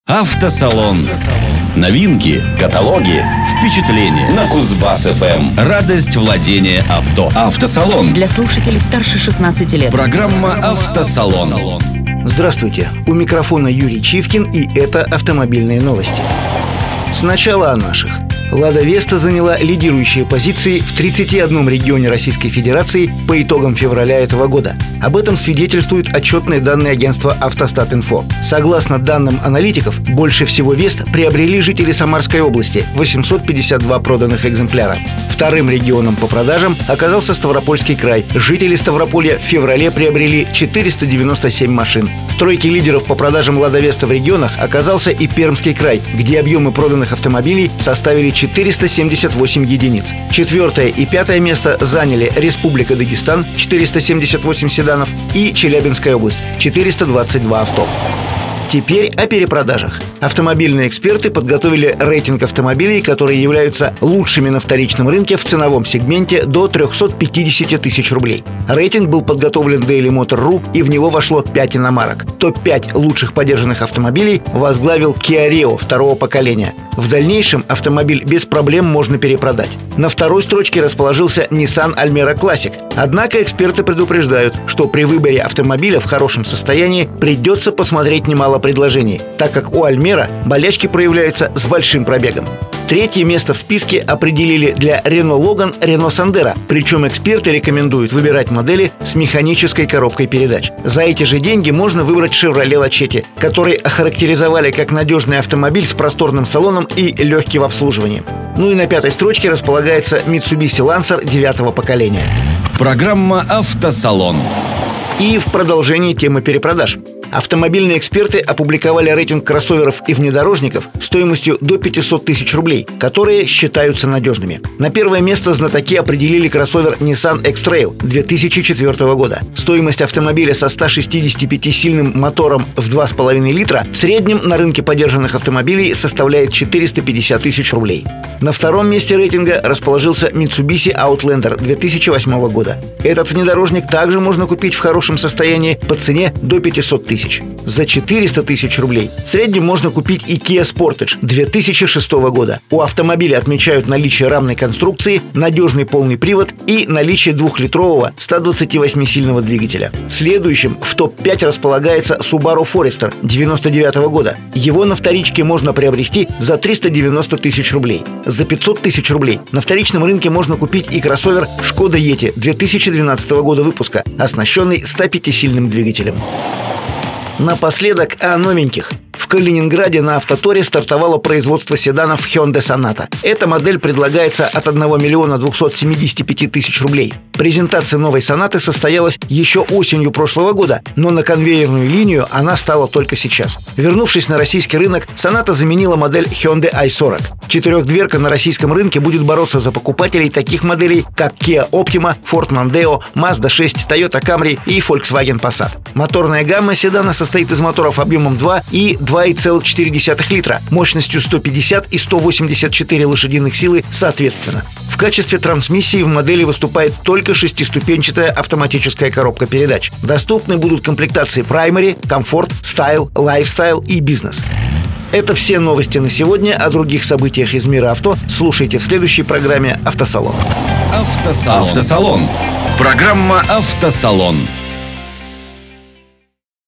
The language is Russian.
Автосалон. Новинки, каталоги, впечатления на Кузбасс-ФМ. Радость владения авто. Автосалон. Для слушателей старше 16 лет. Программа «Автосалон». Здравствуйте, у микрофона Юрий Чивкин, и это автомобильные новости. Сначала о наших. «Лада Веста» заняла лидирующие позиции в 31 регионе Российской Федерации по итогам февраля этого года. Об этом свидетельствуют отчетные данные агентства «Автостат.Инфо». Согласно данным аналитиков, больше всего «Вест» приобрели жители Самарской области – 852 проданных экземпляра. Вторым регионом по продажам оказался Ставропольский край. Жители Ставрополья в феврале приобрели 497 машин. В тройке лидеров по продажам «Лада Веста» в регионах оказался и Пермский край, где объемы проданных автомобилей составили 478 единиц. Четвертое и пятое место заняли Республика Дагестан – 478 седанов и Челябинская область – 422 авто. Теперь о перепродажах. Автомобильные эксперты подготовили рейтинг автомобилей, которые являются лучшими на вторичном рынке в ценовом сегменте до 350 тысяч рублей. Рейтинг был подготовлен Daily Motor.ru, и в него вошло 5 иномарок. Топ-5 лучших подержанных автомобилей возглавил Kia Rio второго поколения. В дальнейшем автомобиль без проблем можно перепродать. На второй строчке расположился Nissan Almera Classic. Однако эксперты предупреждают, что при выборе автомобиля в хорошем состоянии придется посмотреть немало предложений, так как у Almera болячки проявляются с большим пробегом. Третье место в списке определили для Renault Logan, Renault Sandero. Причем эксперты рекомендуют выбирать модели с механической коробкой передач. За эти же деньги можно выбрать Chevrolet Lachetti, который охарактеризовали как надежный автомобиль с просторным салоном и легким обслуживанием. Ну и на пятой строчке располагается Mitsubishi Lancer 9-го поколения. Программа «Автосалон». И в продолжении темы перепродаж. Автомобильные эксперты опубликовали рейтинг кроссоверов и внедорожников стоимостью до 500 тысяч рублей, которые считаются надежными. На первое место знатоки определили кроссовер Nissan X-Trail 2004 года. Стоимость автомобиля со 165-сильным мотором в 2,5 литра в среднем на рынке подержанных автомобилей составляет 450 тысяч рублей. На втором месте рейтинга расположился Mitsubishi Outlander 2008 года. Этот внедорожник также можно купить в хорошем состоянии по цене до 500 тысяч. За 400 тысяч рублей в среднем можно купить и Kia Sportage 2006 года. У автомобиля отмечают наличие рамной конструкции, надежный полный привод и наличие 2-литрового 128-сильного двигателя. Следующим в топ-5 располагается Subaru Forester 99 года. Его на вторичке можно приобрести за 390 тысяч рублей. За 500 тысяч рублей на вторичном рынке можно купить и кроссовер Skoda Yeti 2012 года выпуска, оснащенный 105-сильным двигателем. Напоследок о новеньких. В Калининграде на Автоторе стартовало производство седанов Hyundai Sonata. Эта модель предлагается от 1 миллиона 275 тысяч рублей. Презентация новой Сонаты состоялась еще осенью прошлого года, но на конвейерную линию она стала только сейчас. Вернувшись на российский рынок, Sonata заменила модель Hyundai i40. Четырехдверка на российском рынке будет бороться за покупателей таких моделей, как Kia Optima, Ford Mondeo, Mazda 6, Toyota Camry и Volkswagen Passat. Моторная гамма седана состоит из моторов объемом 2 и 2,4 литра, мощностью 150 и 184 лошадиных силы соответственно. В качестве трансмиссии в модели выступает только шестиступенчатая автоматическая коробка передач. Доступны будут комплектации Primary, Comfort, Style, Lifestyle и Business. Это все новости на сегодня. О других событиях из мира авто слушайте в следующей программе «Автосалон». Автосалон. Программа «Автосалон».